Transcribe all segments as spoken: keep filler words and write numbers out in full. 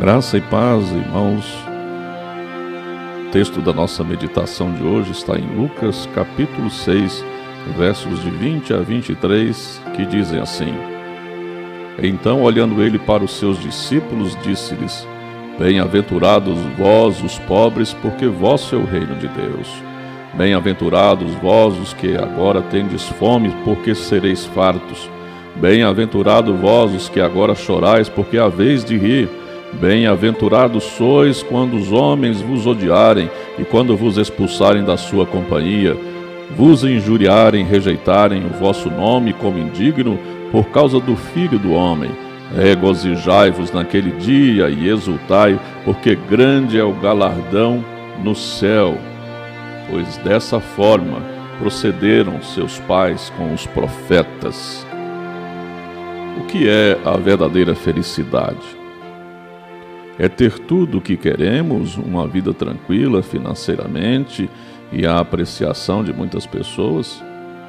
Graça e paz, irmãos. O texto da nossa meditação de hoje está em Lucas, capítulo seis, versos de vinte a vinte e três, que dizem assim: Então, olhando ele para os seus discípulos, disse-lhes: Bem-aventurados vós, os pobres, porque vosso é o reino de Deus. Bem-aventurados vós, os que agora tendes fome, porque sereis fartos. Bem-aventurados vós, os que agora chorais, porque haveis de rir. Bem-aventurados sois quando os homens vos odiarem e quando vos expulsarem da sua companhia, vos injuriarem, rejeitarem o vosso nome como indigno por causa do Filho do Homem. Regozijai-vos naquele dia e exultai, porque grande é o galardão no céu, pois dessa forma procederam seus pais com os profetas. O que é a verdadeira felicidade? É ter tudo o que queremos, uma vida tranquila financeiramente e a apreciação de muitas pessoas?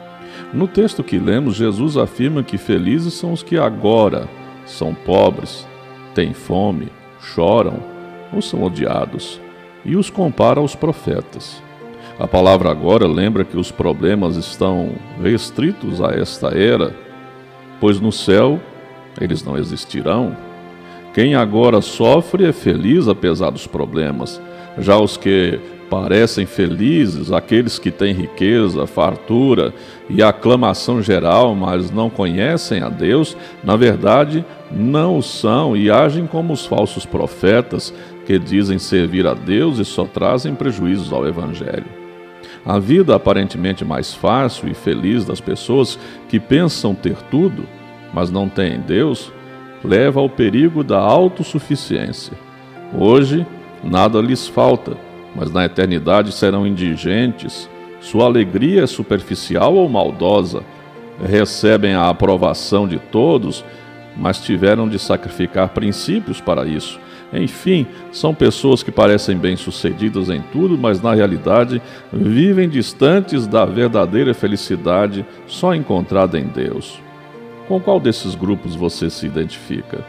No texto que lemos, Jesus afirma que felizes são os que agora são pobres, têm fome, choram ou são odiados, e os compara aos profetas. A palavra agora lembra que os problemas estão restritos a esta era, pois no céu eles não existirão. Quem agora sofre é feliz apesar dos problemas. Já os que parecem felizes, aqueles que têm riqueza, fartura e aclamação geral, mas não conhecem a Deus, na verdade não o são e agem como os falsos profetas que dizem servir a Deus e só trazem prejuízos ao Evangelho. A vida aparentemente mais fácil e feliz das pessoas que pensam ter tudo, mas não têm Deus, leva ao perigo da autossuficiência. Hoje, nada lhes falta, mas na eternidade serão indigentes. Sua alegria é superficial ou maldosa. Recebem a aprovação de todos, mas tiveram de sacrificar princípios para isso. Enfim, são pessoas que parecem bem-sucedidas em tudo, mas na realidade vivem distantes da verdadeira felicidade só encontrada em Deus. Com qual desses grupos você se identifica?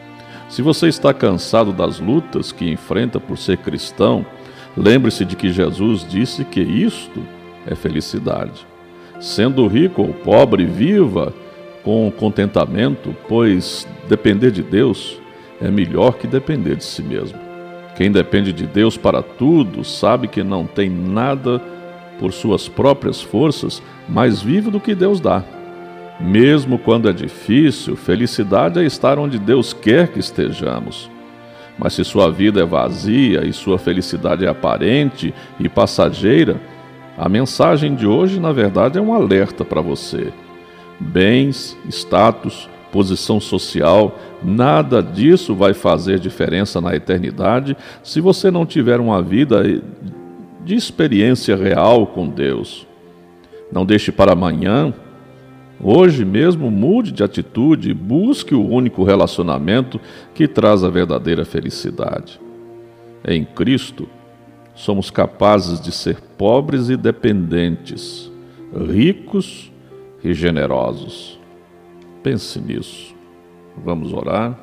Se você está cansado das lutas que enfrenta por ser cristão, lembre-se de que Jesus disse que isto é felicidade. Sendo rico ou pobre, viva com contentamento, pois depender de Deus é melhor que depender de si mesmo. Quem depende de Deus para tudo sabe que não tem nada por suas próprias forças, mas vive do que Deus dá. Mesmo quando é difícil, felicidade é estar onde Deus quer que estejamos. Mas se sua vida é vazia e sua felicidade é aparente e passageira, a mensagem de hoje, na verdade, é um alerta para você. Bens, status, posição social, nada disso vai fazer diferença na eternidade se você não tiver uma vida de experiência real com Deus. Não deixe para amanhã. Hoje mesmo mude de atitude e busque o único relacionamento que traz a verdadeira felicidade. Em Cristo, somos capazes de ser pobres e dependentes, ricos e generosos. Pense nisso. Vamos orar.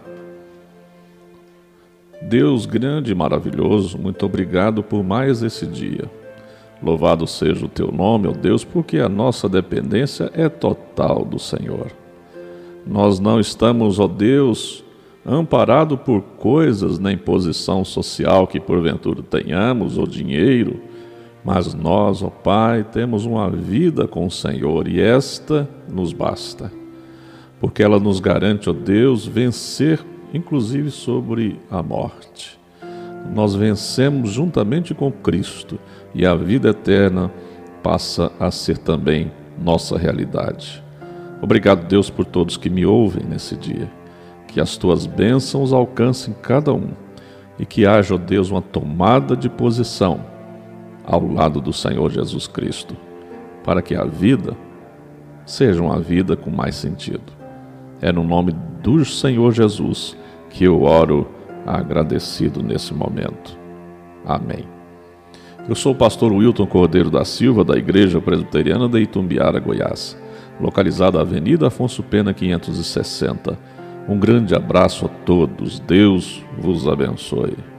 Deus grande e maravilhoso, muito obrigado por mais esse dia. Louvado seja o teu nome, ó Deus, porque a nossa dependência é total do Senhor. Nós não estamos, ó Deus, amparados por coisas nem posição social que porventura tenhamos, ou dinheiro, mas nós, ó Pai, temos uma vida com o Senhor e esta nos basta, porque ela nos garante, ó Deus, vencer inclusive sobre a morte. Nós vencemos juntamente com Cristo e a vida eterna passa a ser também nossa realidade. Obrigado, Deus, por todos que me ouvem nesse dia. Que as tuas bênçãos alcancem cada um e que haja, ó Deus, uma tomada de posição ao lado do Senhor Jesus Cristo, para que a vida seja uma vida com mais sentido. É no nome do Senhor Jesus que eu oro agradecido nesse momento. Amém. Eu sou o pastor Wilton Cordeiro da Silva, da Igreja Presbiteriana de Itumbiara, Goiás, localizada na Avenida Afonso Pena quinhentos e sessenta, Um grande abraço a todos. Deus vos abençoe.